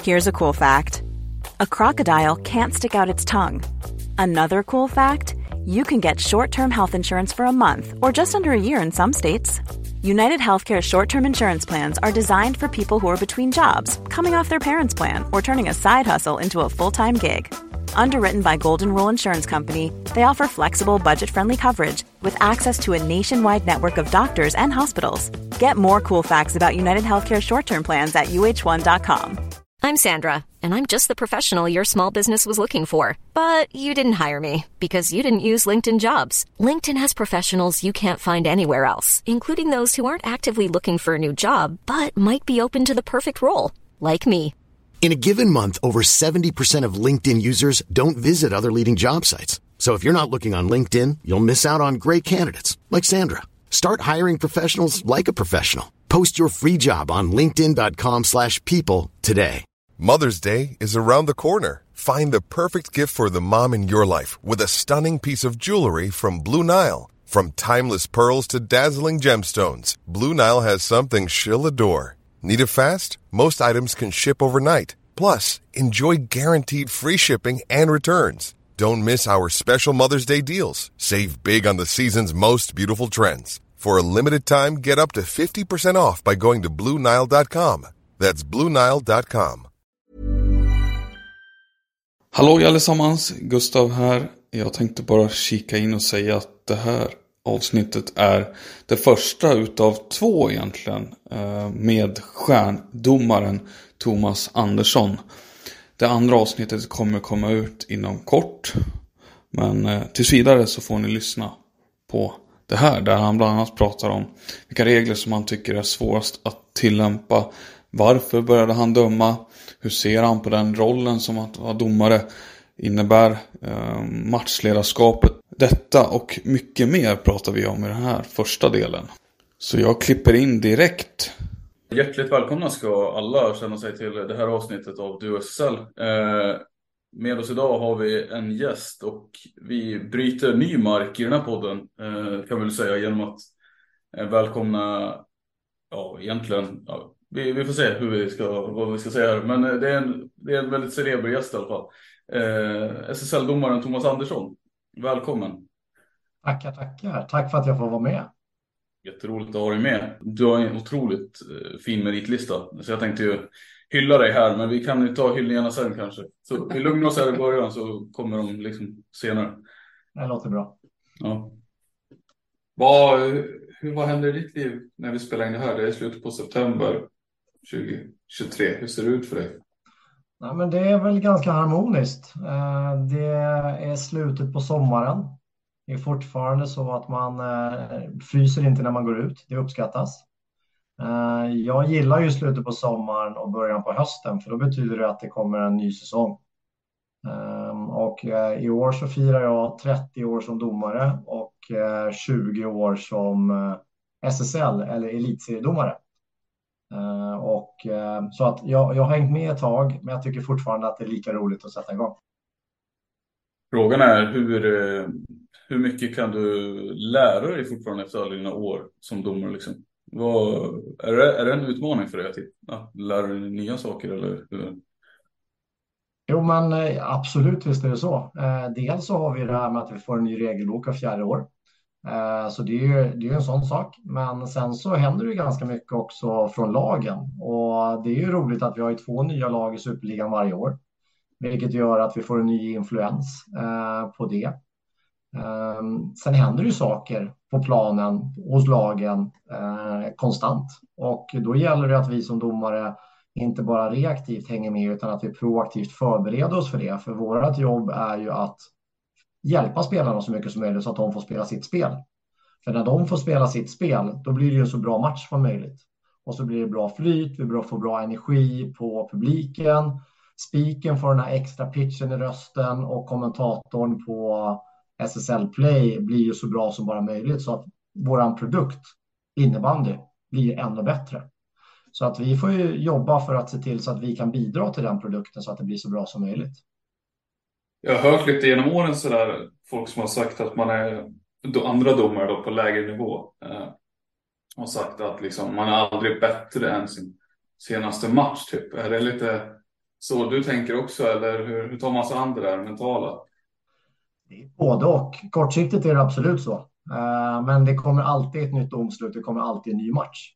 Here's a cool fact. A crocodile can't stick out its tongue. Another cool fact, you can get short-term health insurance for a month or just under a year in some states. United Healthcare short-term insurance plans are designed for people who are between jobs, coming off their parents' plan, or turning a side hustle into a full-time gig. Underwritten by Golden Rule Insurance Company, they offer flexible, budget-friendly coverage with access to a nationwide network of doctors and hospitals. Get more cool facts about United Healthcare short-term plans at uh1.com. I'm Sandra, and I'm just the professional your small business was looking for. But you didn't hire me because you didn't use LinkedIn Jobs. LinkedIn has professionals you can't find anywhere else, including those who aren't actively looking for a new job, but might be open to the perfect role, like me. In a given month, over 70% of LinkedIn users don't visit other leading job sites. So if you're not looking on LinkedIn, you'll miss out on great candidates like Sandra. Start hiring professionals like a professional. Post your free job on linkedin.com/people today. Mother's Day is around the corner. Find the perfect gift for the mom in your life with a stunning piece of jewelry from Blue Nile. From timeless pearls to dazzling gemstones, Blue Nile has something she'll adore. Need it fast? Most items can ship overnight. Plus, enjoy guaranteed free shipping and returns. Don't miss our special Mother's Day deals. Save big on the season's most beautiful trends. For a limited time, get up to 50% off by going to BlueNile.com. That's BlueNile.com. Hallå allesammans, Gustav här. Jag tänkte bara kika in och säga att det här avsnittet är det första utav 2 egentligen, med stjärndomaren Thomas Andersson. Det andra avsnittet kommer komma ut inom kort, men tills vidare så får ni lyssna på det här, där han bland annat pratar om vilka regler som han tycker är svårast att tillämpa. Varför började han döma? Hur ser han på den rollen som att vara domare innebär, matchledarskapet? Detta och mycket mer pratar vi om i den här första delen. Så jag klipper in direkt. Hjärtligt välkomna ska alla känna sig till det här avsnittet av Du SSL. Med oss idag har vi en gäst och vi bryter ny mark i den här podden, kan vi väl säga, genom att välkomna, egentligen, vi får se vad vi ska säga här. Men det är en väldigt celeber gäst i alla fall. SSL-domaren Thomas Andersson. Välkommen. Tackar. Tack för att jag får vara med. Jätteroligt att ha dig med. Du har en otroligt fin meritlista. Så jag tänkte ju hylla dig här, men vi kan ju ta hyllningarna sen kanske. Så vi lugnar oss här i början så kommer de liksom senare. Det låter bra. Ja. Vad händer i ditt liv när vi spelar in det här? Det är slutet på september 2023. Hur ser det ut för dig? Nej, men det är väl ganska harmoniskt. Det är slutet på sommaren. Det är fortfarande så att man fryser inte när man går ut. Det uppskattas. Jag gillar ju slutet på sommaren och början på hösten, för då betyder det att det kommer en ny säsong. Och i år så firar jag 30 år som domare och 20 år som SSL eller elitseriedomare. Så att jag har hängt med ett tag, men jag tycker fortfarande att det är lika roligt att sätta igång. Frågan är hur mycket kan du lära dig fortfarande efter alla dina år som domare liksom? Är det en utmaning för dig att lära dig nya saker eller hur? Jo, men absolut, visst är det så. Dels så har vi det här med att vi får en ny regelbok av 4 år. Så det är ju en sån sak. Men sen så händer det ganska mycket också från lagen. Och det är ju roligt att vi har 2 nya lag i Superligan varje år. Vilket gör att vi får en ny influens på det. Sen händer ju saker på planen hos lagen konstant. Och då gäller det att vi som domare inte bara reaktivt hänger med, utan att vi proaktivt förbereder oss för det. För vårt jobb är ju att hjälpa spelarna så mycket som möjligt så att de får spela sitt spel. För när de får spela sitt spel, då blir det ju en så bra match som möjligt. Och så blir det bra flyt, vi får bra energi på publiken. Spiken får den här extra pitchen i rösten och kommentatorn på SSL Play blir ju så bra som bara möjligt, så att våran produkt innebandy blir ännu bättre. Så att vi får ju jobba för att se till så att vi kan bidra till den produkten så att det blir så bra som möjligt. Jag har hört lite genom åren sådär, folk som har sagt att man är andra domare då på lägre nivå och sagt att liksom, man är aldrig bättre än sin senaste match typ. Är det lite Så du tänker också, eller hur tar man sig an det där mentala? Det är både och. Kortsiktigt är det absolut så. Men det kommer alltid ett nytt domslut, det kommer alltid en ny match.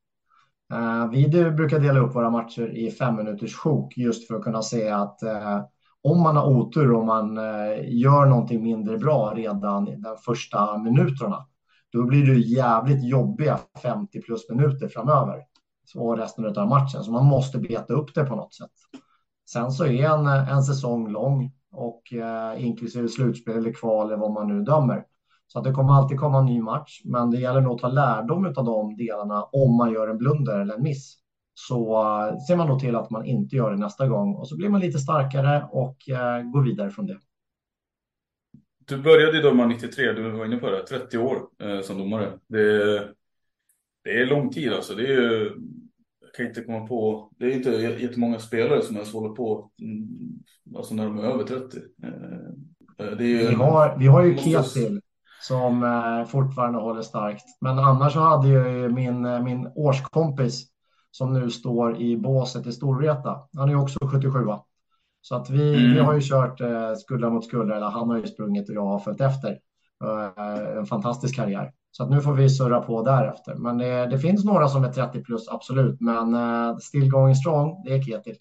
Vi brukar dela upp våra matcher i 5 minuters sjok just för att kunna se att om man har otur och man gör någonting mindre bra redan i de första minuterna, då blir det jävligt jobbiga 50 plus minuter framöver och resten av matchen. Så man måste beta upp det på något sätt. Sen så är en säsong lång och inklusive slutspel eller kval eller vad man nu dömer. Så att det kommer alltid komma en ny match, men det gäller nog att ta lärdom av de delarna om man gör en blunder eller en miss. Så ser man då till att man inte gör det nästa gång och så blir man lite starkare och går vidare från det. Du började döma 93, du var inne på det, 30 år som domare. Det är lång tid alltså. Det är ju, jag kan inte komma på, det är inte jättemånga spelare som ens håller på alltså när de är över 30. Det är ju, vi har ju Ketil som fortfarande håller starkt. Men annars så hade ju min årskompis som nu står i båset i Storvreta. Han är ju också 77. Så att vi har ju kört skuldra mot skuldra, eller han har ju sprungit och jag har följt efter. En fantastisk karriär. Så att nu får vi surra på därefter. Men det finns några som är 30 plus, absolut. Men still going strong, det är Ketil.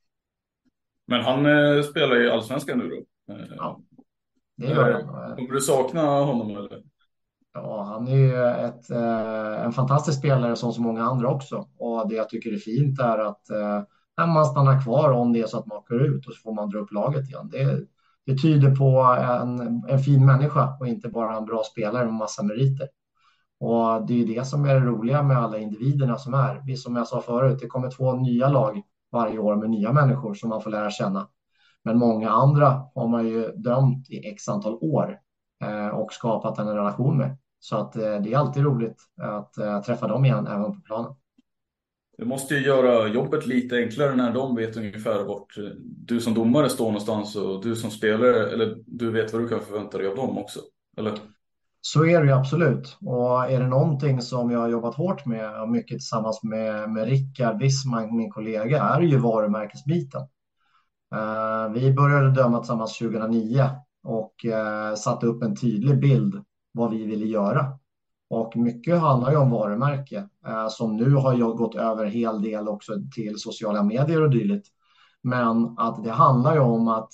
Men han spelar i Allsvenskan nu då? Ja, det gör han. Kommer du sakna honom eller? Ja, han är ju en fantastisk spelare som så många andra också. Och det jag tycker är fint är att man stannar kvar om det är så att man åker ut och så får man dra upp laget igen. Det tyder på en fin människa och inte bara en bra spelare med massa meriter. Och det är ju det som är det roliga med alla individerna som är. Vi, som jag sa förut, det kommer 2 nya lag varje år med nya människor som man får lära känna. Men många andra har man ju dömt i x antal år och skapat en relation med. Så att det är alltid roligt att träffa dem igen även på planen. Det måste ju göra jobbet lite enklare när de vet ungefär vart du som domare står någonstans och du som spelare, eller du vet vad du kan förvänta dig av dem också, eller? Så är det ju absolut. Och är det någonting som jag har jobbat hårt med och mycket tillsammans med Rickard Wissman, min kollega, är ju varumärkesbiten. Vi började döma tillsammans 2009 och satte upp en tydlig bild vad vi ville göra. Och mycket handlar ju om varumärke som nu har jag gått över en hel del också till sociala medier och dylikt. Men att det handlar ju om att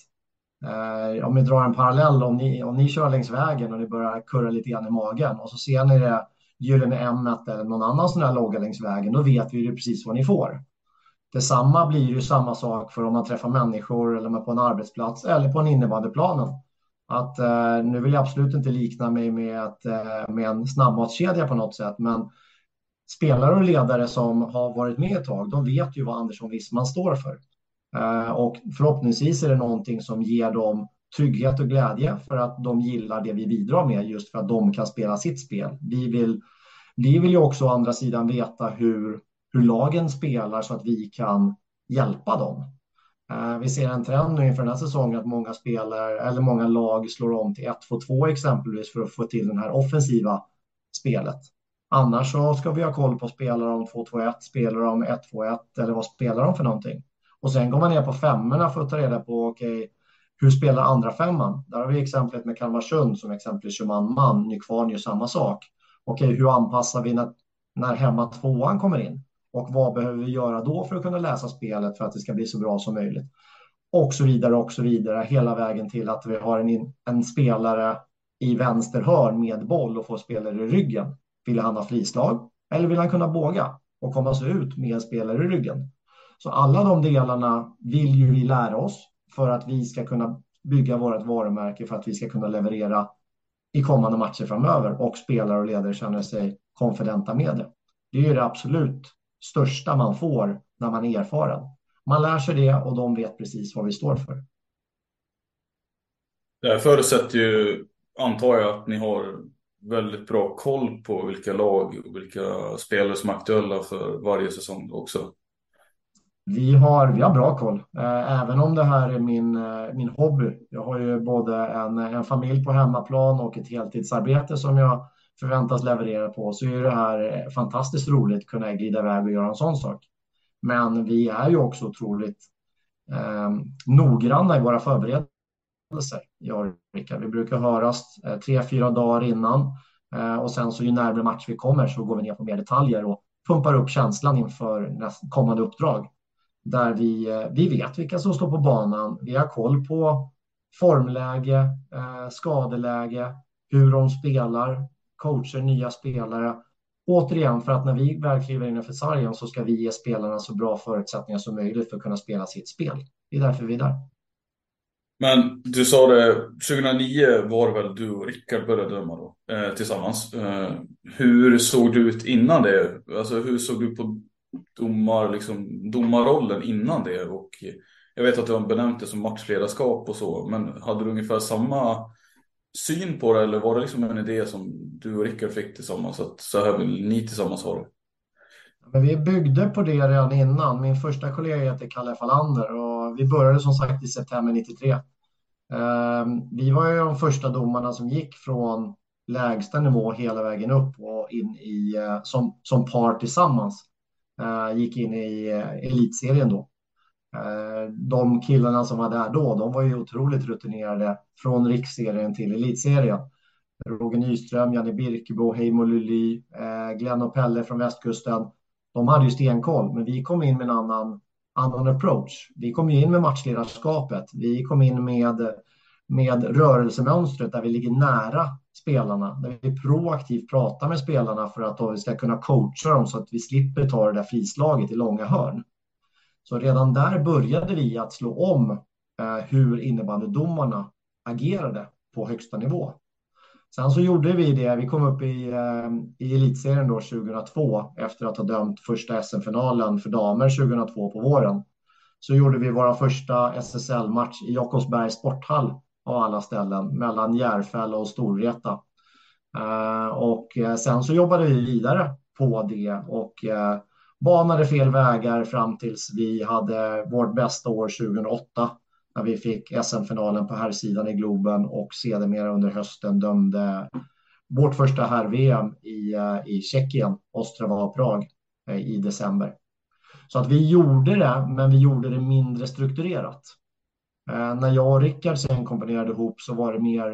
om vi drar en parallell, om ni kör längs vägen och ni börjar kurra lite grann i magen och så ser ni det Gyllene M1 eller någon annan sån här logga längs vägen, då vet vi ju precis vad ni får. Detsamma blir ju samma sak för om man träffar människor eller på en arbetsplats eller på en innebandyplanen. Att nu vill jag absolut inte likna mig med en snabbmatskedja på något sätt, men spelare och ledare som har varit med ett tag, de vet ju vad Andersson Wissman står för. Och förhoppningsvis är det någonting som ger dem trygghet och glädje för att de gillar det vi bidrar med, just för att de kan spela sitt spel. Vi vill ju också å andra sidan veta hur lagen spelar så att vi kan hjälpa dem. Vi ser en trend nu inför den här säsongen att många spelare eller många lag slår om till 1-2-2 exempelvis för att få till den här offensiva spelet. Annars så ska vi ha koll på spelar de 2-2-1, spelar de 1-2-1 eller vad spelar de för någonting. Och sen går man ner på femmorna för att ta reda på okej, hur spelar andra femman? Där har vi exemplet med Kalmarsund som exempelvis kör man. Nykvarn gör samma sak. Okej, hur anpassar vi när hemma tvåan kommer in? Och vad behöver vi göra då för att kunna läsa spelet för att det ska bli så bra som möjligt? Och så vidare. Hela vägen till att vi har en spelare i vänster hörn med boll och får spelare i ryggen. Vill han ha frislag eller vill han kunna båga och komma sig ut med spelare i ryggen? Så alla de delarna vill ju vi lära oss för att vi ska kunna bygga vårt varumärke, för att vi ska kunna leverera i kommande matcher framöver och spelare och ledare känner sig konfidenta med det. Det är ju det absolut största man får när man är erfaren. Man lär sig det och de vet precis vad vi står för. Det här förutsätter ju, antar jag, att ni har väldigt bra koll på vilka lag och vilka spelare som är aktuella för varje säsong också. Vi har bra koll, även om det här är min hobby. Jag har ju både en familj på hemmaplan och ett heltidsarbete som jag förväntas leverera på, så är det här fantastiskt roligt att kunna glida iväg och göra en sån sak. Men vi är ju också otroligt noggranna i våra förberedelser. Jag och Rickard. Vi brukar höras 3-4 dagar innan och sen så ju närmare match vi kommer så går vi ner på mer detaljer och pumpar upp känslan inför kommande uppdrag. Där vi vet vilka som står på banan. Vi har koll på formläge, skadeläge, hur de spelar, coacher, nya spelare. Återigen, för att när vi väl kliver innanför sargen så ska vi ge spelarna så bra förutsättningar som möjligt för att kunna spela sitt spel. Det är därför vi är där. Men du sa det, 2009 var väl du och Rickard började döma då, tillsammans. Hur såg du ut innan det? Alltså hur såg du på domarrollen innan det? Och jag vet att du har benämnt det som matchledarskap och så, men hade du ungefär samma syn på det, eller var det liksom en idé som du och Rickard fick tillsammans, att så här vill ni tillsammans ha det? Men vi byggde på det redan innan. Min första kollega heter Kalle Fallander och vi började som sagt i september 93. Vi var ju de första domarna som gick från lägsta nivå hela vägen upp och in i, som par tillsammans, gick in i elitserien då. De killarna som var där då, de var ju otroligt rutinerade från riksserien till elitserien. Roger Nyström, Janne Birkebo, Heimo Lully, Glenn och Pelle från västkusten. De hade ju stenkoll, men vi kom in med en annan approach. Vi kom in med matchledarskapet. Vi kom in med rörelsemönstret där vi ligger nära spelarna. Där vi proaktivt pratar med spelarna för att vi ska kunna coacha dem så att vi slipper ta det där frislaget i långa hörn. Så redan där började vi att slå om hur innebandydomarna agerade på högsta nivå. Sen så gjorde vi det, vi kom upp i elitserien då 2002 efter att ha dömt första SM-finalen för damer 2002 på våren. Så gjorde vi vår första SSL-match i Jakobsbergs sporthall av alla ställen mellan Järfälla och Storvreta. Och sen så jobbade vi vidare på det och banade fel vägar fram tills vi hade vårt bästa år 2008. När vi fick SM-finalen på herrsidan i Globen och sedermera under hösten dömde vårt första herr-VM i Tjeckien, Ostrava och Prag i december. Så att vi gjorde det, men vi gjorde det mindre strukturerat. När jag och Rickard sen komponerade ihop så var det mer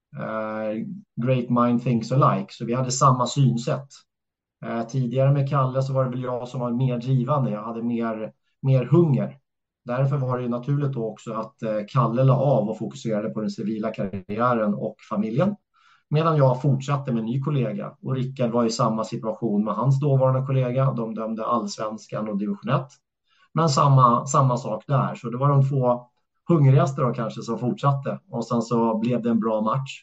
great mind thinks alike, så vi hade samma synsätt. Tidigare med Kalle så var det väl jag som var mer drivande, jag hade mer hunger. Därför var det ju naturligt då också att Kalle la av och fokuserade på den civila karriären och familjen. Medan jag fortsatte med en ny kollega. Och Rickard var i samma situation med hans dåvarande kollega. De dömde allsvenskan och division 1. Men samma sak där. Så det var de två hungrigaste då kanske som fortsatte. Och sen så blev det en bra match.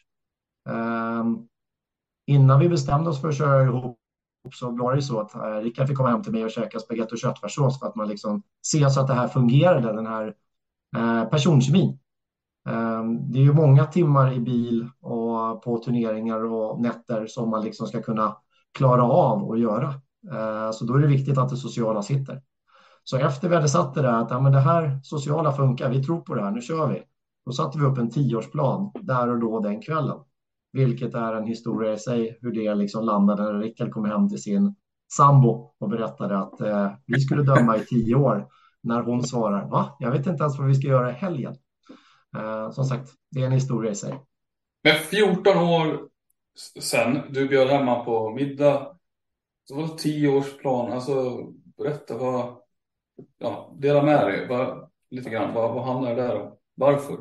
Innan vi bestämde oss för att köra ihop så var det så att Rickard fick komma hem till mig och käka spagetti och köttfärssås för att man liksom ser så att det här fungerade, den här personkemin. Det är ju många timmar i bil och på turneringar och nätter som man liksom ska kunna klara av och göra. Så då är det viktigt att det sociala sitter. Så efter vi hade satt det där att men det här sociala funkar, vi tror på det här, nu kör vi. Då satte vi upp en 10-årsplan där och då den kvällen. Vilket är en historia i sig, hur det liksom landade när Rickard kom hem till sin sambo och berättade att vi skulle döma i 10 år. När hon svarar, va? Jag vet inte ens vad vi ska göra i helgen. Som sagt, det är en historia i sig. Men 14 år sen, du bjöd hemma på middag. Så var det 10-årsplan. Alltså, berätta dela med dig. Lite grann, vad handlar det där om? Varför?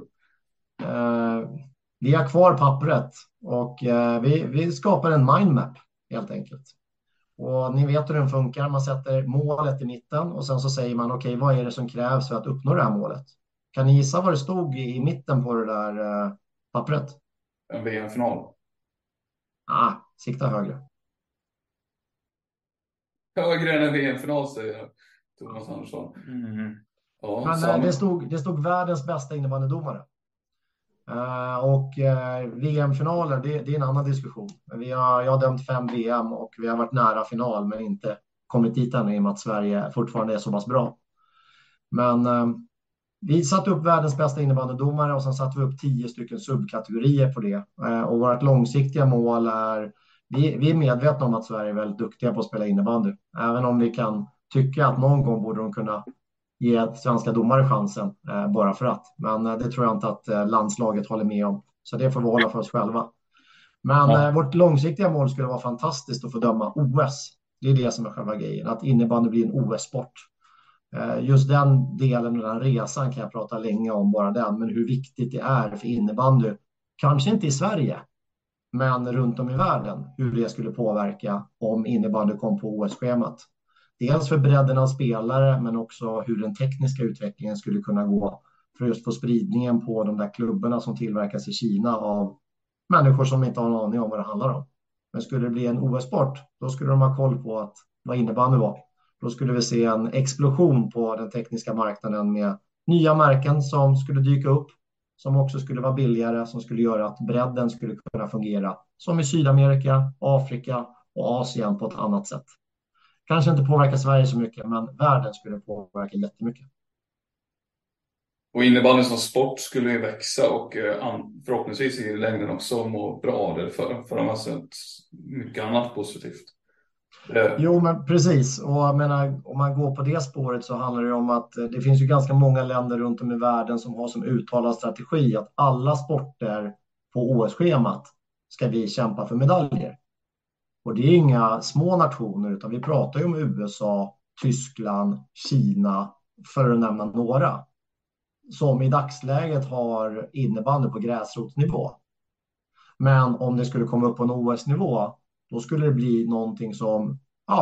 Vi har kvar pappret och vi skapar en mindmap helt enkelt. Och ni vet hur den funkar. Man sätter målet i mitten och sen så säger man okej, vad är det som krävs för att uppnå det här målet? Kan ni gissa vad det stod i mitten på det där pappret? En VM-final. Sikta högre. Högre än en VM-final säger Thomas Andersson. Ja, men det stod världens bästa innebandydomare. Och VM-finaler, det är en annan diskussion. Jag har dömt 5 VM och vi har varit nära final men inte kommit dit än i och med att Sverige fortfarande är så pass bra. Men vi satte upp världens bästa innebandydomare och sen satte vi upp 10 stycken subkategorier på det. Och vårt långsiktiga mål är, vi är medvetna om att Sverige är väldigt duktiga på att spela innebandy. Även om vi kan tycka att någon gång borde de kunna ge svenska domare chansen bara för att. Men det tror jag inte att landslaget håller med om. Så det får vi hålla för oss själva. Men vårt långsiktiga mål skulle vara fantastiskt att få döma OS. Det är det som är själva grejen. Att innebandy blir en OS-sport. Just den delen och den resan kan jag prata länge om, bara den. Men hur viktigt det är för innebandy. Kanske inte i Sverige, men runt om i världen. Hur det skulle påverka om innebandy kom på OS-schemat. Dels för bredden av spelare, men också hur den tekniska utvecklingen skulle kunna gå. För just få spridningen på de där klubbarna som tillverkas i Kina av människor som inte har en aning om vad det handlar om. Men skulle det bli en OS-sport, då skulle de ha koll på att vad innebandy var. Då skulle vi se en explosion på den tekniska marknaden med nya märken som skulle dyka upp, som också skulle vara billigare, som skulle göra att bredden skulle kunna fungera som i Sydamerika, Afrika och Asien på ett annat sätt. Kanske inte påverka Sverige så mycket, men världen skulle påverka jättemycket. Och innebandy som sport skulle ju växa och förhoppningsvis i längden också må bra av det för de har sett mycket annat positivt. Jo, men precis. Och jag menar, om man går på det spåret så handlar det om att det finns ju ganska många länder runt om i världen som har som uttalad strategi att alla sporter på OS-schemat ska vi kämpa för medaljer. Och det är inga små nationer, utan vi pratar ju om USA, Tyskland, Kina, för att nämna några, som i dagsläget har innebandy på gräsrotsnivå. Men om det skulle komma upp på en OS-nivå, då skulle det bli någonting som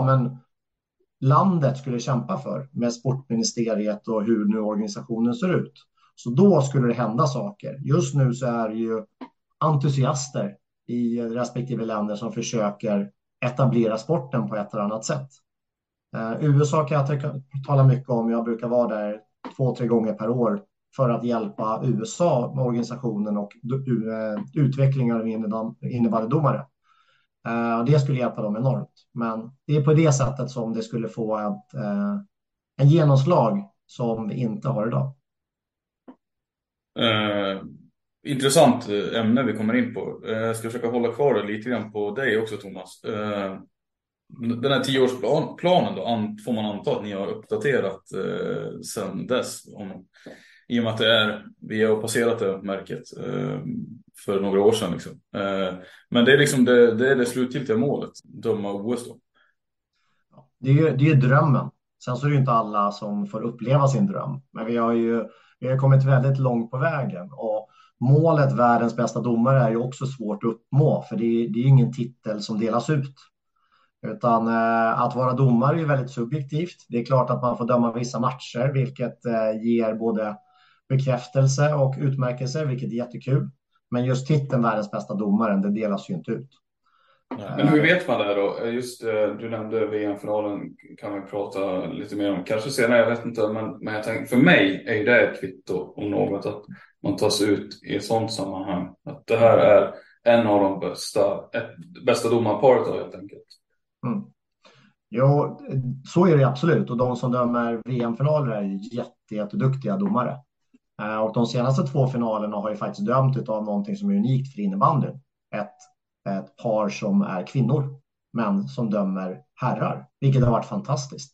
landet skulle kämpa för med sportministeriet och hur nu organisationen ser ut. Så då skulle det hända saker. Just nu så är det ju entusiaster i respektive länder som försöker etablera sporten på ett eller annat sätt. USA kan jag tala mycket om. Jag brukar vara där 2-3 gånger per år för att hjälpa USA med organisationen och utvecklingen av innebandydomare. Det skulle hjälpa dem enormt. Men det är på det sättet som det skulle få en genomslag som vi inte har idag. Intressant ämne vi kommer in på. Jag ska försöka hålla kvar det lite grann på dig också, Thomas. Den här 10-årsplanen då, får man anta att ni har uppdaterat sedan dess. I och med att vi har passerat det märket för några år sedan. Liksom. Men det är liksom det slutgiltiga målet, döma OS då. Det är drömmen. Sen så är det ju inte alla som får uppleva sin dröm. Men vi har kommit väldigt långt på vägen. Och målet världens bästa domare är ju också svårt att uppnå. För det är ingen titel som delas ut. Utan att vara domare är väldigt subjektivt. Det är klart att man får döma vissa matcher, vilket ger både bekräftelse och utmärkelse, vilket är jättekul. Men just titeln världens bästa domare, det delas ju inte ut. Men hur vet man det då? Just du nämnde VM-finalen, kan vi prata lite mer om. Kanske senare, jag vet inte. Men jag tänker, för mig är det ett kvitto om något att man tas ut i ett sånt sammanhang. Att det här är en av de bästa domarparet då, helt enkelt. Mm. Jo, så är det absolut. Och de som dömer VM-finaler är ju jätteduktiga domare. Och de senaste 2 finalerna har ju faktiskt dömt av någonting som är unikt för innebandyn. Ett par som är kvinnor, men som dömer herrar, vilket har varit fantastiskt.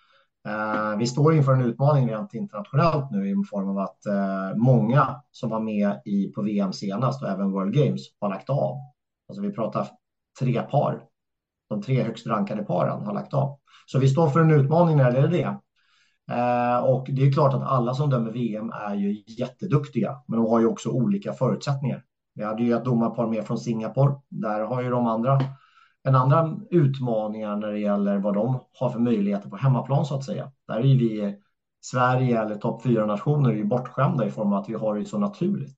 Vi står inför en utmaning rent internationellt nu i form av att många som var med på VM senast och även World Games har lagt av. Alltså vi pratar 3 par. De 3 högst rankade paren har lagt av. Så vi står för en utmaning när det är det. Och det är klart att alla som dömer VM är ju jätteduktiga, men de har ju också olika förutsättningar. Vi hade ju ett domarpar med från Singapore. Där har ju de andra utmaningar när det gäller vad de har för möjligheter på hemmaplan så att säga. Där är ju vi Sverige eller topp 4-nationer är ju bortskämda i form av att vi har det så naturligt.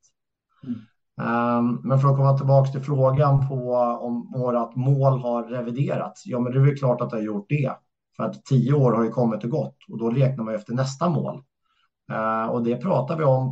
Men för att komma tillbaka till frågan på om vårt mål har reviderats. Ja, men det är väl klart att det har gjort det. För att 10 år har ju kommit och gått och då räknar man efter nästa mål. Och det pratar vi om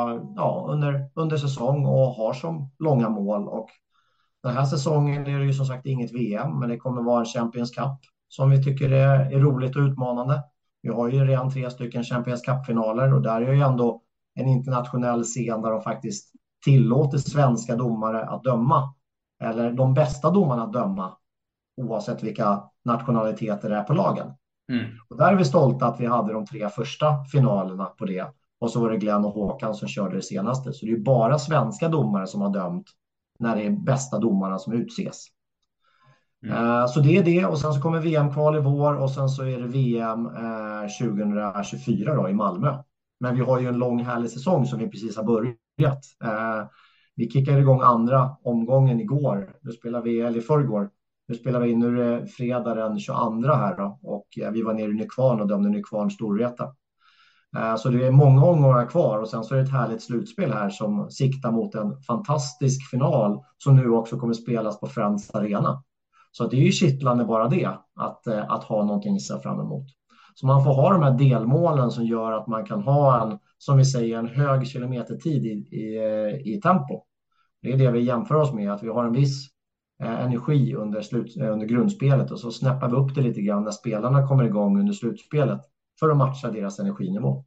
under säsong och har som långa mål. Och den här säsongen är det ju som sagt inget VM, men det kommer vara en Champions Cup som vi tycker är roligt och utmanande. Vi har ju redan 3 stycken Champions Cup-finaler och där är ju ändå en internationell scen där de faktiskt tillåter svenska domare att döma. Eller de bästa domarna att döma oavsett vilka nationaliteter det är på lagen. Och där är vi stolta att vi hade de 3 första finalerna på det. Och så var det Glenn och Håkan som körde det senaste. Så det är bara svenska domare som har dömt när det är bästa domarna som utses. Så det är det, och sen så kommer VM-kval i vår och sen så är det VM 2024 då, i Malmö. Men vi har ju en lång härlig säsong som vi precis har börjat. Vi kickade igång andra omgången igår. Nu spelar vi, eller i förrgår. Nu spelar vi, nu är det fredag den 22 här då, och vi var nere i Nykvarn och dömde Nykvarn Storvreta. Så det är många omgångar kvar och sen så är det ett härligt slutspel här som siktar mot en fantastisk final som nu också kommer spelas på Friends Arena. Så det är ju kittlande bara det, att ha någonting att se fram emot. Så man får ha de här delmålen som gör att man kan ha en, som vi säger, en hög kilometertid i tempo. Det är det vi jämför oss med, att vi har en viss energi under grundspelet och så snäppar vi upp det lite grann när spelarna kommer igång under slutspelet för att matcha deras energinivå.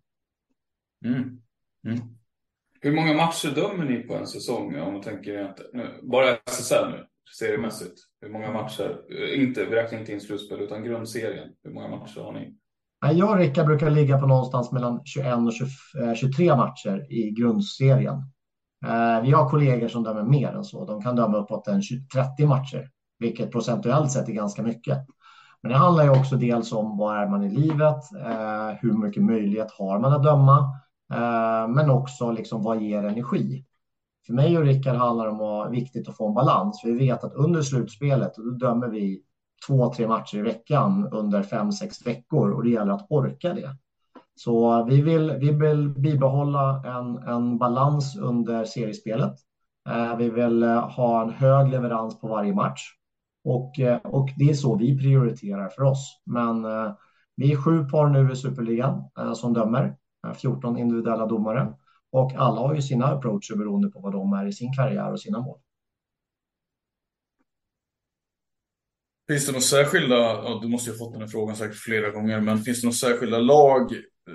Hur många matcher dömer ni på en säsong, om man tänker nu, bara SSL nu, seriemässigt? Hur många matcher, vi räknar inte in slutspel utan grundserien, hur många matcher har ni? Jag och Rickard brukar ligga på någonstans mellan 21 och 23 matcher i grundserien. Vi har kollegor som dömer mer än så. De kan döma uppåt 30 matcher, vilket procentuellt sett är ganska mycket. Men det handlar ju också dels om vad är man i livet, hur mycket möjlighet har man att döma, men också liksom vad ger energi. För mig och Rickard handlar det om att det är viktigt att få en balans. Vi vet att under slutspelet då dömer vi 2-3 matcher i veckan under 5-6 veckor och det gäller att orka det. Så vi vill bibehålla en balans under seriespelet. Vi vill ha en hög leverans på varje match. Och det är så vi prioriterar för oss. Men vi är 7 par nu i Superligan som dömer. 14 individuella domare. Och alla har ju sina approacher beroende på vad de är i sin karriär och sina mål. Finns det några särskilda, du måste ju ha fått den här frågan säkert flera gånger, men finns det några särskilda lag?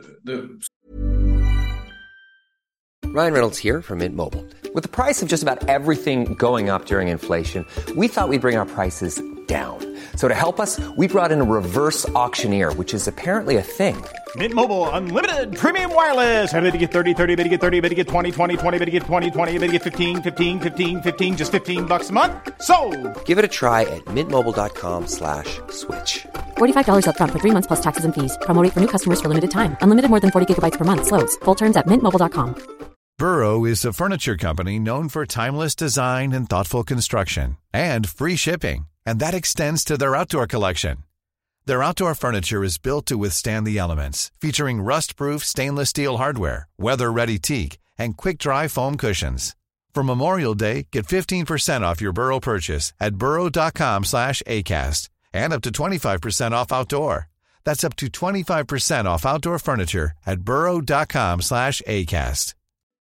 Ryan Reynolds here from Mint Mobile. With the price of just about everything going up during inflation, we thought we'd bring our prices down. So to help us, we brought in a reverse auctioneer, which is apparently a thing. Mint Mobile Unlimited Premium Wireless. How to get 30, 30, bit to get 30, bit to get 20, 20, 20, bit to get 20, 20, bit to get 15, 15, 15, 15, just $15 a month? Sold! Give it a try at mintmobile.com/switch. $45 up front for 3 months plus taxes and fees. Promo rate for new customers for limited time. Unlimited more than 40 gigabytes per month. Slows full terms at mintmobile.com. Burrow is a furniture company known for timeless design and thoughtful construction and free shipping. And that extends to their outdoor collection. Their outdoor furniture is built to withstand the elements, featuring rust-proof stainless steel hardware, weather-ready teak, and quick-dry foam cushions. For Memorial Day, get 15% off your Burrow purchase at burrow.com/acast, and up to 25% off outdoor. That's up to 25% off outdoor furniture at burrow.com/acast.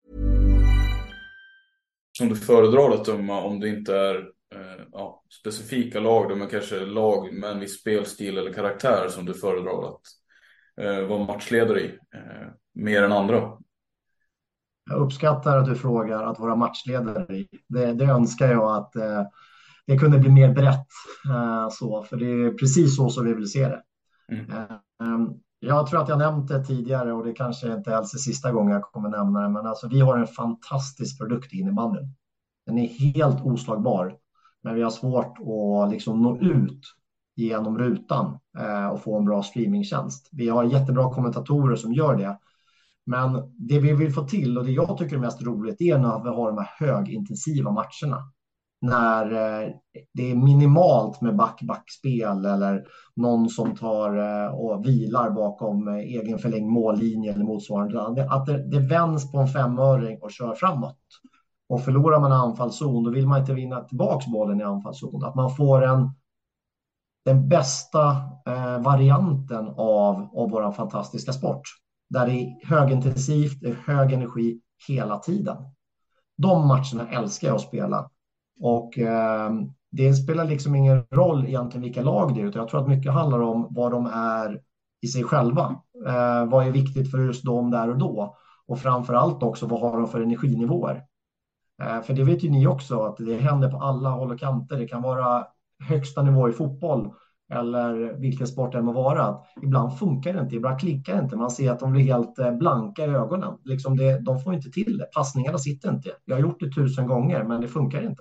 Som du föredrar att döma om det inte är specifika lag, men kanske lag med en viss spelstil eller karaktär som du föredrar att vara matchledare i mer än andra? Jag uppskattar att du frågar att vara matchledare i. Det önskar jag att det kunde bli mer brett så, för det är precis så vi vill se det. Jag tror att jag nämnt det tidigare och det kanske inte alls är sista gången jag kommer nämna det, men alltså vi har en fantastisk produkt i innebandyn. Den är helt oslagbar, men vi har svårt att liksom nå ut genom rutan och få en bra streamingtjänst. Vi har jättebra kommentatorer som gör det, men det vi vill få till och det jag tycker är mest roligt är när vi har de här högintensiva matcherna. När det är minimalt med back-back-spel eller någon som tar och vilar bakom egen förlängd mållinje eller motsvarande. Att det vänds på en 5-öring och kör framåt. Och förlorar man anfallszon, då vill man inte vinna tillbaka bollen i anfallszon. Att man får den bästa varianten av vår fantastiska sport. Där det är högintensivt, det är hög energi hela tiden. De matcherna älskar jag att spela. Och det spelar liksom ingen roll egentligen vilka lag det är. Utan jag tror att mycket handlar om vad de är i sig själva. Vad är viktigt för just dem där och då. Och framförallt också vad har de för energinivåer. För det vet ju ni också att det händer på alla håll och kanter. Det kan vara högsta nivå i fotboll eller vilken sport det må vara, att ibland funkar det inte, ibland klickar det inte. Man ser att de blir helt blanka i ögonen. Liksom de får inte till det. Passningarna sitter inte. Jag har gjort det 1000 gånger, men det funkar inte.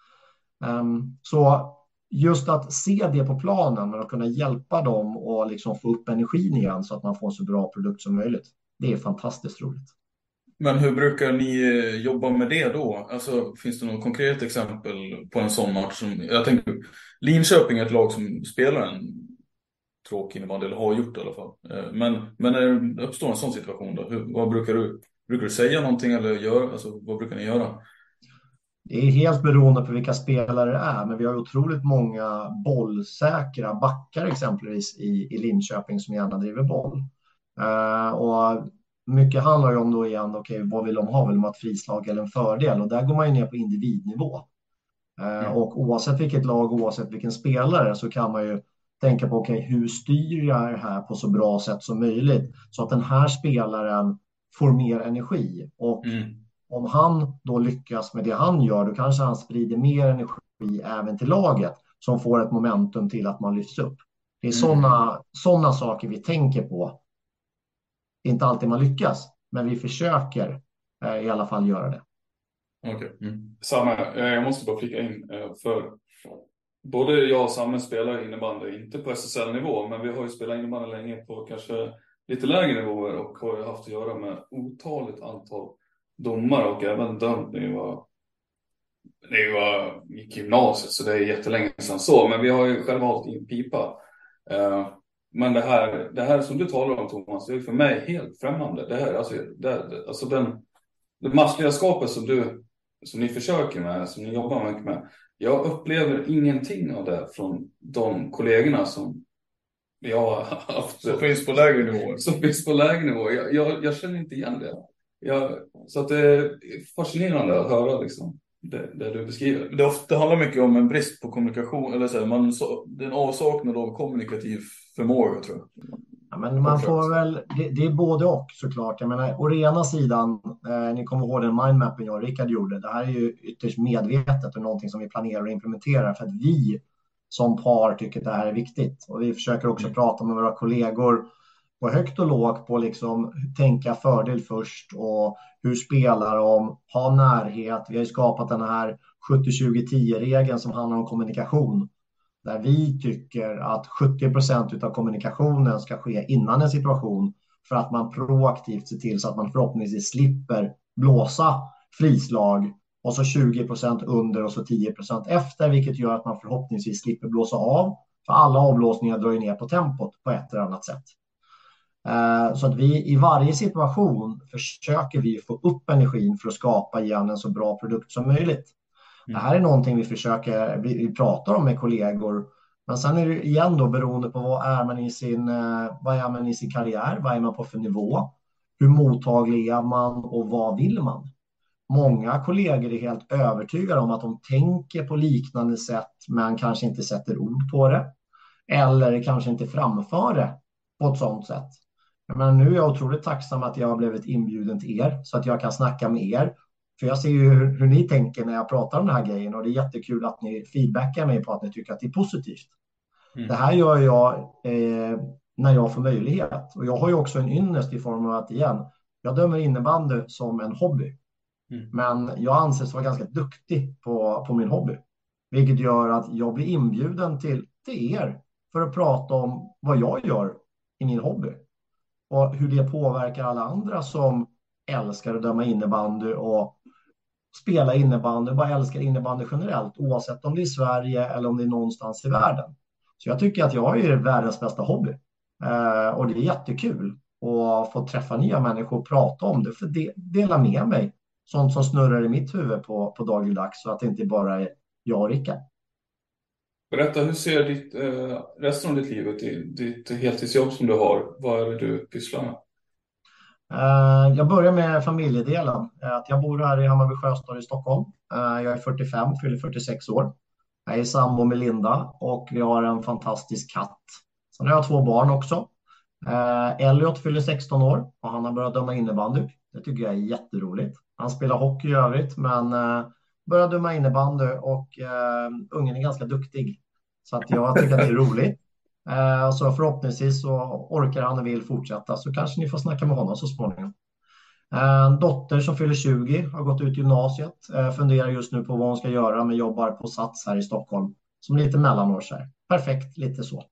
Så just att se det på planen och kunna hjälpa dem och liksom få upp energin igen så att man får en så bra produkt som möjligt. Det är fantastiskt roligt. Men hur brukar ni jobba med det då? Alltså, finns det något konkret exempel på en sån match? Jag tänker, Linköping är ett lag som spelar en tråkig innebandy, eller har gjort det i alla fall. Men när det uppstår en sån situation då, vad brukar du säga någonting eller göra? Alltså, vad brukar ni göra? Det är helt beroende på vilka spelare det är, men vi har otroligt många bollsäkra backar exempelvis i Linköping som gärna driver boll. Och mycket handlar ju om då igen, vad vill de ha? Vill de ha ett frislag eller en fördel? Och där går man ju ner på individnivå. Och oavsett vilket lag, oavsett vilken spelare, så kan man ju tänka på hur styr jag det här på så bra sätt som möjligt så att den här spelaren får mer energi. Och om han då lyckas med det han gör, då kanske han sprider mer energi även till laget som får ett momentum till att man lyfts upp. Det är såna saker vi tänker på. Inte alltid man lyckas, men vi försöker i alla fall göra det. Okej. Samma, jag måste bara flika in, för både jag och Samme spelar innebandy, inte på SSL-nivå, men vi har ju spelat innebandy länge på kanske lite lägre nivåer och har ju haft att göra med otaligt antal domare och även dömt när jag gick gymnasiet, så det är jättelänge sedan så, men vi har ju själva hållit i en pipa. Men det här som du talar om, Thomas, det är för mig helt främmande. Det här, alltså det massledarskapet som ni försöker med, som ni jobbar mycket med. Jag upplever ingenting av det från de kollegorna som jag har haft. Som finns på lägre nivå. Som finns på lägre nivå. Jag känner inte igen det. Så att det är fascinerande att höra liksom, det du beskriver. Det handlar mycket om en brist på kommunikation, eller så här, det är en avsaknad av kommunikativ förmåga, tror jag. Ja, men man får väl, det är både och såklart. Jag menar, å ena sidan, ni kommer ihåg den mindmappen jag och Rickard gjorde. Det här är ju ytterst medvetet och någonting som vi planerar att implementera för att vi som par tycker att det här är viktigt. Och vi försöker också prata med våra kollegor på högt och lågt på liksom tänka fördel först och hur spelar de, ha närhet. Vi har ju skapat den här 70-20-10-regeln som handlar om kommunikation. Där vi tycker att 70% av kommunikationen ska ske innan en situation för att man proaktivt ser till så att man förhoppningsvis slipper blåsa frislag och så 20% under och så 10% efter, vilket gör att man förhoppningsvis slipper blåsa av, för alla avblåsningar drar ju ner på tempot på ett eller annat sätt. Så att vi i varje situation försöker vi få upp energin för att skapa igen en så bra produkt som möjligt. Det här är någonting vi pratar om med kollegor, men sen är det igen då beroende på vad är man i sin karriär, vad är man på för nivå, hur mottaglig är man och vad vill man. Många kollegor är helt övertygade om att de tänker på liknande sätt men kanske inte sätter ord på det eller kanske inte framför det på ett sådant sätt. Men nu är jag otroligt tacksam att jag har blivit inbjuden till er så att jag kan snacka med er. För jag ser ju hur ni tänker när jag pratar om den här grejen och det är jättekul att ni feedbackar mig på att ni tycker att det är positivt. Det här gör jag när jag får möjlighet. Och jag har ju också en ynnest i form av att jag dömer innebandy som en hobby. Men jag anses vara ganska duktig på min hobby. Vilket gör att jag blir inbjuden till er för att prata om vad jag gör i min hobby. Och hur det påverkar alla andra som älskar att döma innebandy och spela innebandy, bara älskar innebandy generellt, oavsett om det är i Sverige eller om det är någonstans i världen. Så jag tycker att jag är världens bästa hobby. Och det är jättekul att få träffa nya människor och prata om det, för dela med mig sånt som snurrar i mitt huvud på dagligdags så att det inte bara är jag och Rickard. Berätta, hur ser resten av ditt liv ut, ditt heltidsjobb som du har? Vad är det du pysslar med? Jag börjar med familjedelen. Jag bor här i Hammarby Sjöstad i Stockholm. Jag är 45, fyller 46 år. Jag är sambo med Linda och vi har en fantastisk katt. Sen har jag 2 barn också. Elliot fyller 16 år och han har börjat döma innebandy. Det tycker jag är jätteroligt. Han spelar hockey i övrigt men börjar döma innebandy och ungen är ganska duktig. Så att jag tycker att det är roligt. Så förhoppningsvis så orkar han och vill fortsätta, så kanske ni får snacka med honom så småningom. En dotter som fyller 20 har gått ut gymnasiet, funderar just nu på vad hon ska göra, men jobbar på Sats här i Stockholm som lite mellanårs här. Perfekt, lite så.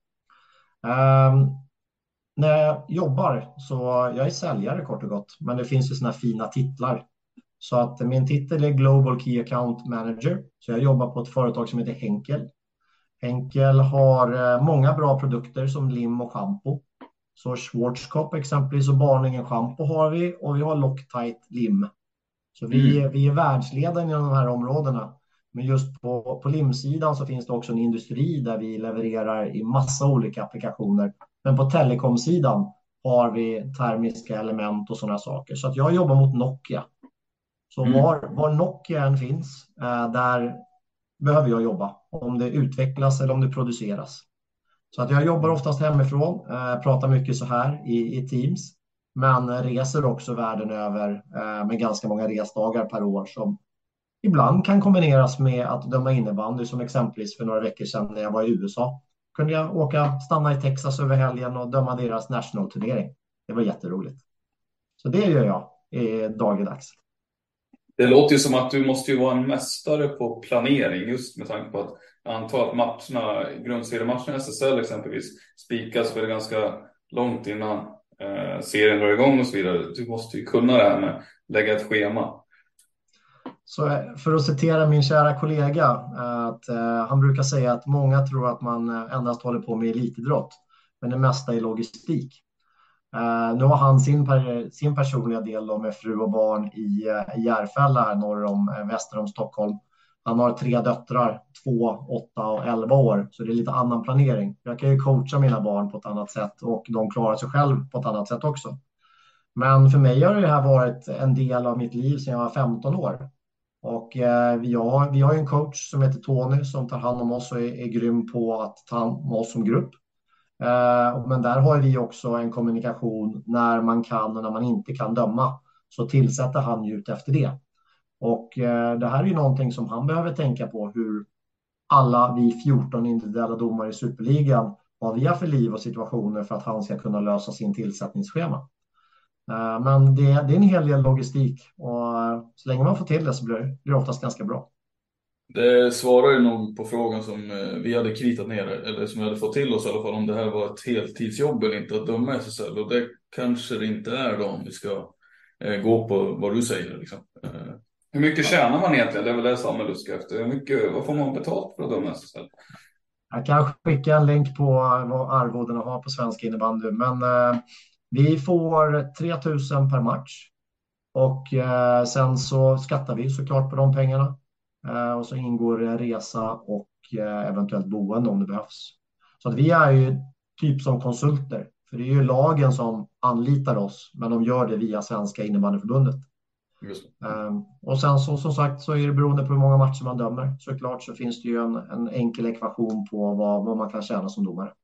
När jag jobbar så jag är säljare kort och gott, men det finns ju såna fina titlar. Så att min titel är Global Key Account Manager, så jag jobbar på ett företag som heter Henkel. Henkel har många bra produkter som lim och shampoo. Så Schwarzkopf exempelvis och Barningen shampoo har vi, och vi har Loctite lim. Så vi är världsledande i de här områdena. Men just på limsidan så finns det också en industri där vi levererar i massa olika applikationer. Men på telekomsidan har vi termiska element och sådana saker. Så att jag jobbar mot Nokia. Så var Nokia än finns, där behöver jag jobba. Om det utvecklas eller om det produceras. Så att jag jobbar oftast hemifrån, pratar mycket så här i Teams. Men reser också världen över med ganska många resdagar per år som ibland kan kombineras med att döma innebandy, som exempelvis för några veckor sedan när jag var i USA. Kunde jag stanna i Texas över helgen och döma deras national-turnering. Det var jätteroligt. Så det gör jag dagligdags. Det låter ju som att du måste ju vara en mästare på planering, just med tanke på att jag antar att matcherna, grundseriematcherna i SSL exempelvis, spikas för ganska långt innan serien drar igång och så vidare. Du måste ju kunna det här med att lägga ett schema. Så för att citera min kära kollega, att han brukar säga att många tror att man endast håller på med elitidrott, men det mesta är logistik. Nu har han sin personliga del då med fru och barn i Järfälla här väster om Stockholm. Han har 3 döttrar, 2, 8 och 11 år, så det är lite annan planering. Jag kan ju coacha mina barn på ett annat sätt och de klarar sig själv på ett annat sätt också. Men för mig har det här varit en del av mitt liv sedan jag var 15 år. Och vi har ju en coach som heter Tony som tar hand om oss och är grym på att ta hand om oss som grupp. Men där har vi också en kommunikation när man kan och när man inte kan döma. Så tillsätter han ju ut efter det. Och det här är ju någonting som han behöver tänka på, hur alla vi 14 individuella domare i Superligan, vad vi har för liv och situationer för att han ska kunna lösa sin tillsättningsschema. Men det är en hel del logistik, och så länge man får till det så blir det oftast ganska bra. Det svarar ju nog på frågan som vi hade kritat ner, eller som vi hade fått till oss i alla fall, om det här var ett heltidsjobb eller inte att döma SSL. Och det kanske det inte är då, om vi ska gå på vad du säger liksom. Hur mycket tjänar man egentligen? Det är väl det Samuel du ska efter. Vad får man betalt för att döma SSL? Jag kan skicka en länk på vad arvodena har på svenska innebandy. Men vi får 3 000 per match. Och sen så skattar vi såklart på de pengarna. Och så ingår resa och eventuellt boende om det behövs. Så att vi är ju typ som konsulter. För det är ju lagen som anlitar oss, men de gör det via Svenska innebandyförbundet. Och sen så, som sagt, så är det beroende på hur många matcher man dömer. Såklart så finns det ju en enkel ekvation på vad man kan tjäna som domare.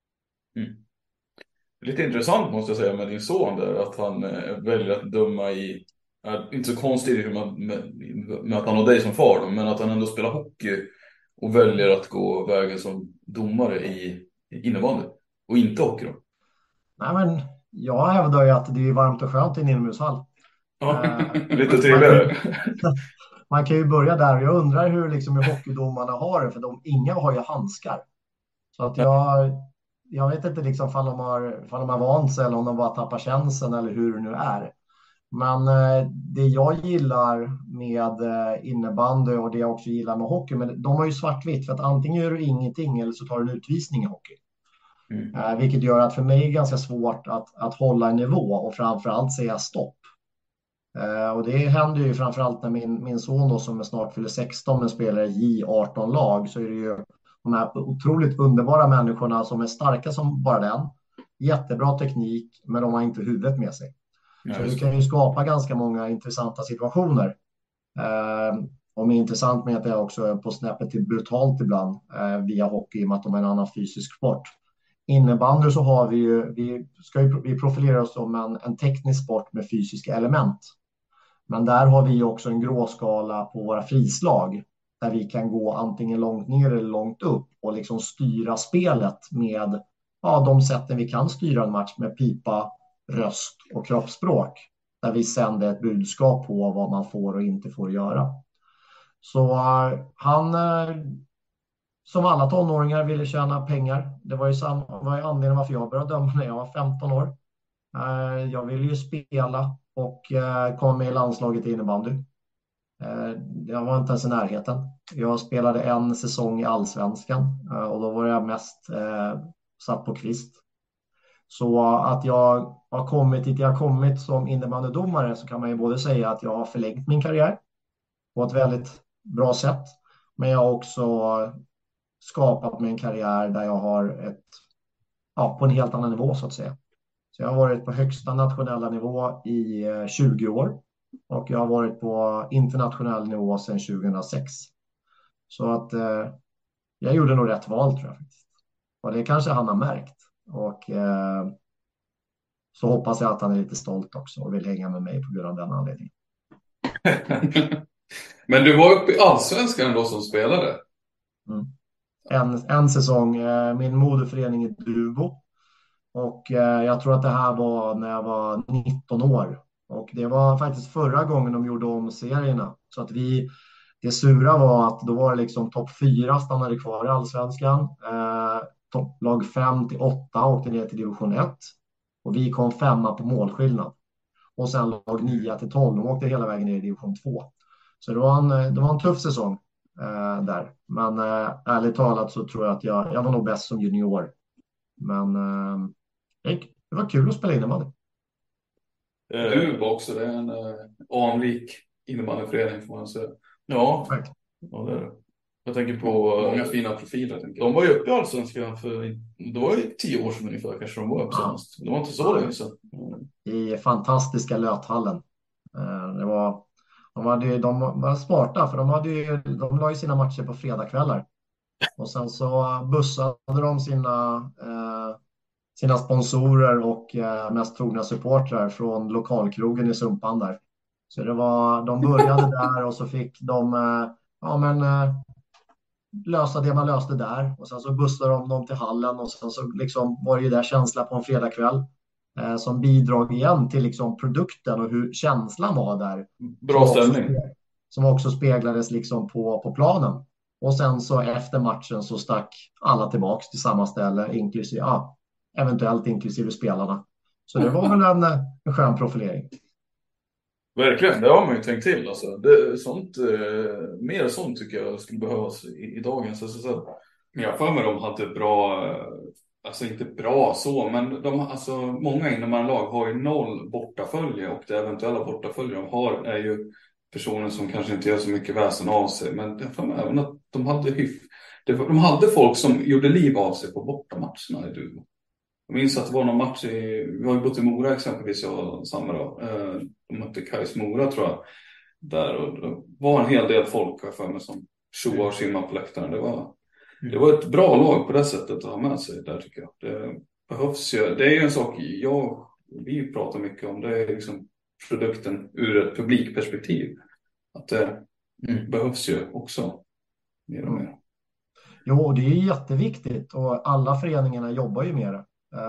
Lite intressant måste jag säga med din son där, att han väljer att döma i, inte så konstigt med att han har dig som far då, men att han ändå spelar hockey och väljer att gå vägen som domare i innebandy och inte hockey då. Nej, men jag hävdar ju att det är varmt och skönt i en inomhushall. Ja, lite trevligare. Man kan ju börja där. Jag undrar hur hockeydomarna har det, för inga har ju handskar. Så att jag vet inte ifall de har vant sig eller om de bara tappar känseln eller hur det nu är. Men det jag gillar med innebandy och det jag också gillar med hockey, men de har ju svartvitt, för att antingen gör du ingenting eller så tar du en utvisning i hockey. Vilket gör att för mig är det ganska svårt att hålla en nivå och framförallt säga stopp. Och det händer ju framförallt när min son då, som är snart fyller 16 men spelar i J18-lag, så är det ju de här otroligt underbara människorna som är starka som bara den. Jättebra teknik, men de har inte huvudet med sig. Så det kan ju skapa ganska många intressanta situationer. Och med intressant med att det är också på snäppet till brutalt ibland via hockey, i och med att de är en annan fysisk sport. Innebandy så har vi profilerar oss som en teknisk sport med fysiska element. Men där har vi också en gråskala på våra frislag, där vi kan gå antingen långt ner eller långt upp och styra spelet med de sätten vi kan styra en match med pipa, röst och kroppsspråk. Där vi sänder ett budskap på vad man får och inte får göra. Så han, som alla tonåringar, ville tjäna pengar. Det var ju anledningen varför jag började döma när jag var 15 år. Jag ville ju spela och kom med i landslaget i innebandy. Jag var inte ens i närheten. Jag spelade en säsong i Allsvenskan och då var jag mest satt på kvist. Så att jag har kommit dit jag har kommit som innebandydomare, så kan man ju både säga att jag har förlängt min karriär på ett väldigt bra sätt. Men jag har också skapat mig en karriär där jag har på en helt annan nivå så att säga. Så jag har varit på högsta nationella nivå i 20 år. Och jag har varit på internationell nivå sedan 2006. Så att jag gjorde nog rätt val, tror jag faktiskt. Och det kanske han har märkt. Och så hoppas jag att han är lite stolt också och vill hänga med mig på grund av den anledningen. Men du var uppe i Allsvenskan då som spelare? En säsong. Min moderförening i Dubo. Och jag tror att det här var när jag var 19 år. Och det var faktiskt förra gången de gjorde om serierna. Så att det sura var att då var det liksom topp 4 stannade kvar i Allsvenskan. Lag 5 till 8 åkte ner till division 1. Och vi kom 5 på målskillnad. Och sen lag 9 till 12. De åkte hela vägen ner i division 2. Så det var en tuff säsong där. Men ärligt talat så tror jag att jag var nog bäst som junior. Men det var kul att spela innebandy. Du var också en anrik innebandyförening, får man säga. Ja, ja, det är det. Jag tänker på många fina profiler. De var ju uppe i Allsvenskan det var ju 10 år sedan ungefär kanske de var uppe senast. Det var inte så länge sedan. I fantastiska Löthallen. De var smarta, för de la ju sina matcher på fredagskvällar. Och sen så bussade de sina sponsorer och mest trogna supportrar från lokalkrogen i Sumpan där. Så de började där och så fick de lösa det man löste där. Och sen så bussade de dem till hallen och sen så liksom var det ju där känsla på en fredagkväll som bidrag igen till liksom produkten och hur känslan var där. Bra stämning. Som också speglades liksom på planen. Och sen så efter matchen så stack alla tillbaks till samma ställe, eventuellt inklusive spelarna. Så det var väl en skön profilering. Verkligen, det har man ju tänkt till. Alltså. Mer sånt tycker jag skulle behövas i dagens SSL. Jag för mig de hade bra, alltså inte bra så, men många inom en lag har ju 0 bortafölje, och det eventuella bortafölje de har är ju personer som kanske inte gör så mycket väsen av sig. Men jag för mig även att de hade folk som gjorde liv av sig på bortamatcherna i Dubo. Jag minns att det var någon match vi har ju bott i Mora exempelvis, jag och Samma då. De mötte Kais Mora tror jag. Där, och det var en hel del folk för mig som tjoade och simmade på läktaren. Det var ett bra lag på det sättet att ha med sig där, tycker jag. Det behövs ju. Det är ju en sak vi pratar mycket om. Det är liksom produkten ur ett publikperspektiv. Att det behövs ju också mer och mer. Jo, det är jätteviktigt och alla föreningarna jobbar ju med det.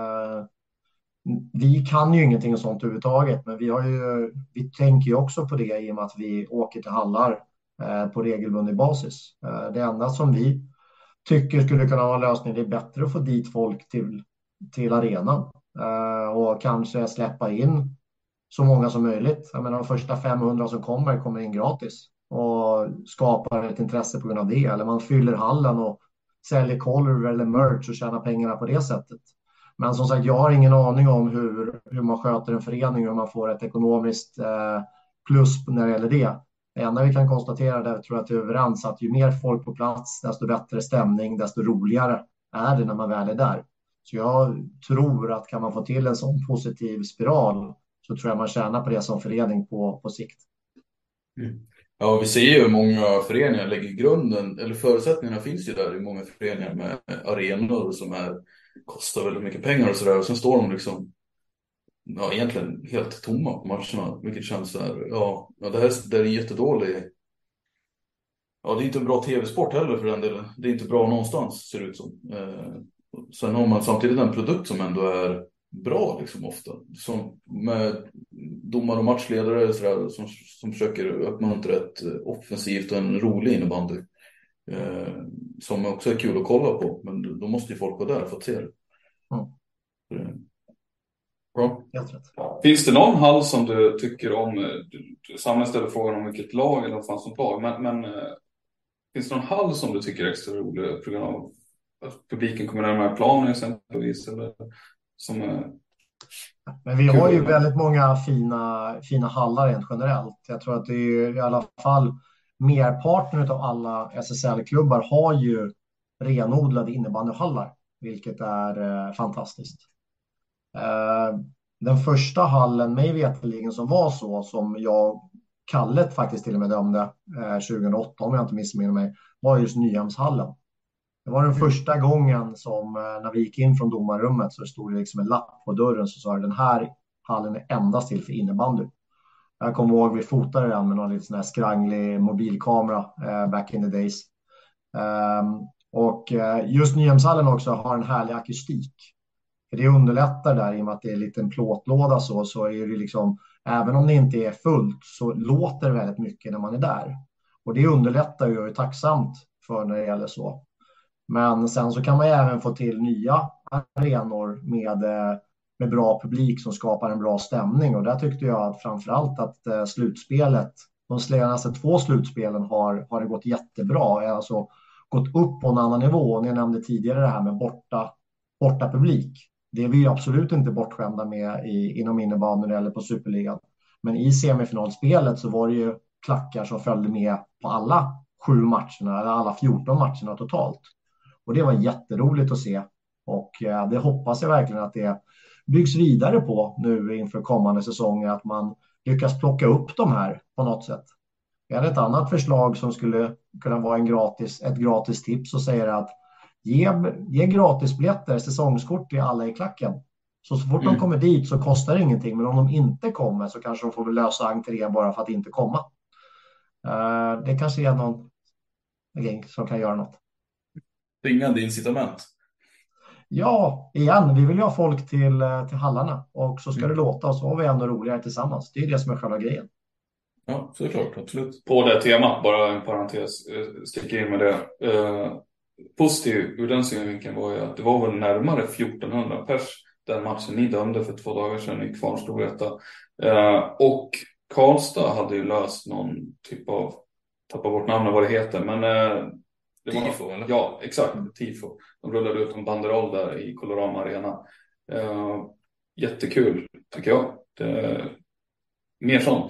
Vi kan ju ingenting och sånt överhuvudtaget, men vi tänker ju också på det i och med att vi åker till hallar på regelbunden basis. Det enda som vi tycker skulle kunna vara en lösning, det är bättre att få dit folk till arenan och kanske släppa in så många som möjligt. Jag menar, de första 500 som kommer in gratis och skapar ett intresse på grund av det. Eller man fyller hallen och säljer kolv eller merch och tjänar pengarna på det sättet. Men som sagt, jag har ingen aning om hur man sköter en förening och hur man får ett ekonomiskt plus när det gäller det. Det enda vi kan konstatera, där tror jag att vi är överens, att ju mer folk på plats, desto bättre stämning, desto roligare är det när man väl är där. Så jag tror att kan man få till en sån positiv spiral, så tror jag man tjänar på det som förening på sikt. Ja, vi ser ju hur många föreningar lägger grunden, eller förutsättningarna finns ju där i många föreningar med arenor som kostar väldigt mycket pengar och sådär. Och sen står de liksom egentligen helt tomma på matcherna, vilket känns så här, det är en jättedålig. Ja, det är inte en bra tv-sport heller för den delen. Det är inte bra någonstans, ser det ut som. Sen har man samtidigt en produkt som ändå är bra liksom ofta. Som med domare och matchledare sådär, som försöker uppmuntra ett offensivt och en rolig innebandy. Som också är kul att kolla på. Men då måste ju folk vara där för att se det. Bra. Finns det någon hall som du tycker om? Du ställer frågan om vilket lag eller vad fan som lag. Men finns det någon hall som du tycker är extra rolig på grund av att publiken kommer närmare planen exempelvis? Eller som men vi har ju väldigt många fina hallar rent generellt. Jag tror att det är i alla fall merparten av alla SSL-klubbar har ju renodlade innebandyhallar, vilket är fantastiskt. Den första hallen, mig veterligen, som var så, som Kallet faktiskt till och med dömde 2008, om jag inte missminner mig, var just Nyhamnshallen. Det var den första gången som när vi gick in från domarrummet så stod det liksom en lapp på dörren så sa det: den här hallen är endast till för innebandy. Jag kommer ihåg vi fotade den med någon lite sån här skranglig mobilkamera back in the days. Och just Nyhamnshallen också har en härlig akustik. För det underlättar där i och med att det är en liten plåtlåda så är det liksom, även om det inte är fullt så låter det väldigt mycket när man är där. Och det underlättar ju och är tacksamt för när det gäller så. Men sen så kan man ju även få till nya arenor med bra publik som skapar en bra stämning. Och där tyckte jag att framförallt att slutspelet, de senaste 2 slutspelen har det gått jättebra. Alltså gått upp på en annan nivå. Och ni nämnde tidigare det här med borta publik. Det är vi ju absolut inte bortskämda med inom innebandy eller på Superligan. Men i semifinalspelet så var det ju klackar som följde med på alla 7 matcherna eller alla 14 matcherna totalt. Och det var jätteroligt att se. Och det hoppas jag verkligen att det byggs vidare på nu inför kommande säsonger. Att man lyckas plocka upp de här på något sätt. Jag hade ett annat förslag som skulle kunna vara ett gratis tips och säger att ge gratisbiljetter, säsongskort till alla i klacken. Så fort de kommer dit så kostar det ingenting. Men om de inte kommer så kanske de får väl lösa entré bara för att inte komma. Det kanske är någon gäng som kan göra något. Tvingande incitament. Ja, igen, vi vill ju ha folk till hallarna. Och så ska det låta och så har vi ändå roligare tillsammans. Det är det som är själva grejen. Ja, så är det klart, absolut. På det temat, bara en parentes, sticker in med det. Positiv ur den synvinkeln var ju att det var väl närmare 1400 pers den matchen ni dömde för 2 dagar sedan i Kvarnstogrätta. Och Karlstad hade ju löst någon typ av, tappar bort namnet vad det heter, men det var tifo, eller? Ja, exakt, tifo. De rullade ut en banderoll där i Colorama Arena. Jättekul, tycker jag. Mer sånt.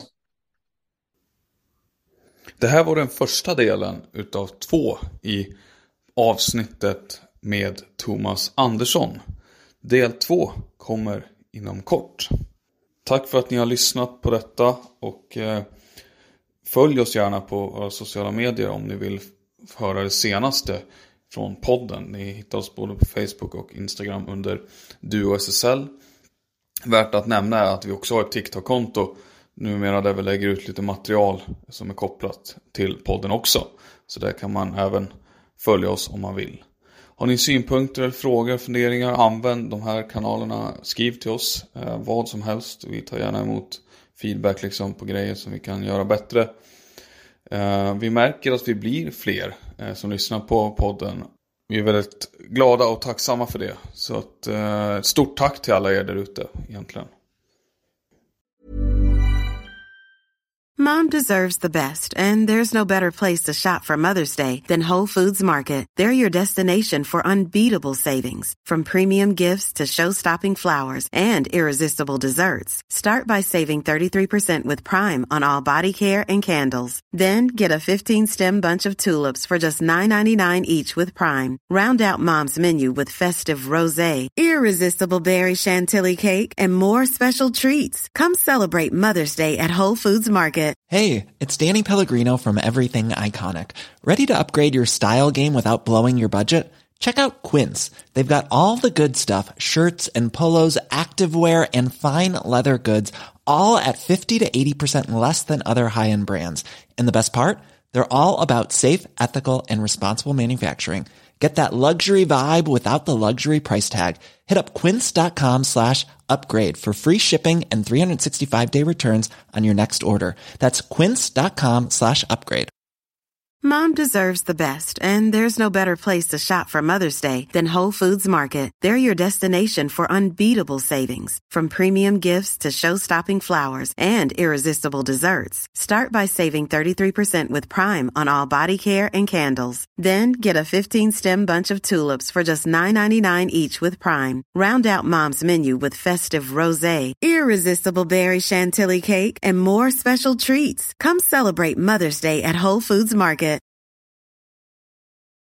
Det här var den första delen utav 2 i avsnittet med Thomas Andersson. Del 2 kommer inom kort. Tack för att ni har lyssnat på detta och följ oss gärna på våra sociala medier om ni vill höra det senaste från podden. Ni hittar oss både på Facebook och Instagram under Duo SSL. Värt att nämna är att vi också har ett TikTok-konto numera där vi lägger ut lite material som är kopplat till podden också. Så där kan man även följa oss om man vill. Har ni synpunkter eller frågor, funderingar, använd de här kanalerna. Skriv till oss vad som helst. Vi tar gärna emot feedback liksom på grejer som vi kan göra bättre. Vi märker att vi blir fler som lyssnar på podden. Vi är väldigt glada och tacksamma för det. Så att, stort tack till alla er där ute egentligen. Mom deserves the best, and there's no better place to shop for Mother's Day than Whole Foods Market. They're your destination for unbeatable savings, from premium gifts to show-stopping flowers and irresistible desserts. Start by saving 33% with Prime on all body care and candles. Then get a 15-stem bunch of tulips for just $9.99 each with Prime. Round out Mom's menu with festive rosé, irresistible berry chantilly cake, and more special treats. Come celebrate Mother's Day at Whole Foods Market. Hey, it's Danny Pellegrino from Everything Iconic. Ready to upgrade your style game without blowing your budget? Check out Quince. They've got all the good stuff, shirts and polos, activewear, and fine leather goods, all at 50 to 80% less than other high-end brands. And the best part? They're all about safe, ethical, and responsible manufacturing. Get that luxury vibe without the luxury price tag. Hit up quince.com/upgrade for free shipping and 365-day returns on your next order. That's quince.com/upgrade. Mom deserves the best, and there's no better place to shop for Mother's Day than Whole Foods Market. They're your destination for unbeatable savings, from premium gifts to show-stopping flowers and irresistible desserts. Start by saving 33% with Prime on all body care and candles. Then get a 15-stem bunch of tulips for just $9.99 each with Prime. Round out Mom's menu with festive rosé, irresistible berry chantilly cake, and more special treats. Come celebrate Mother's Day at Whole Foods Market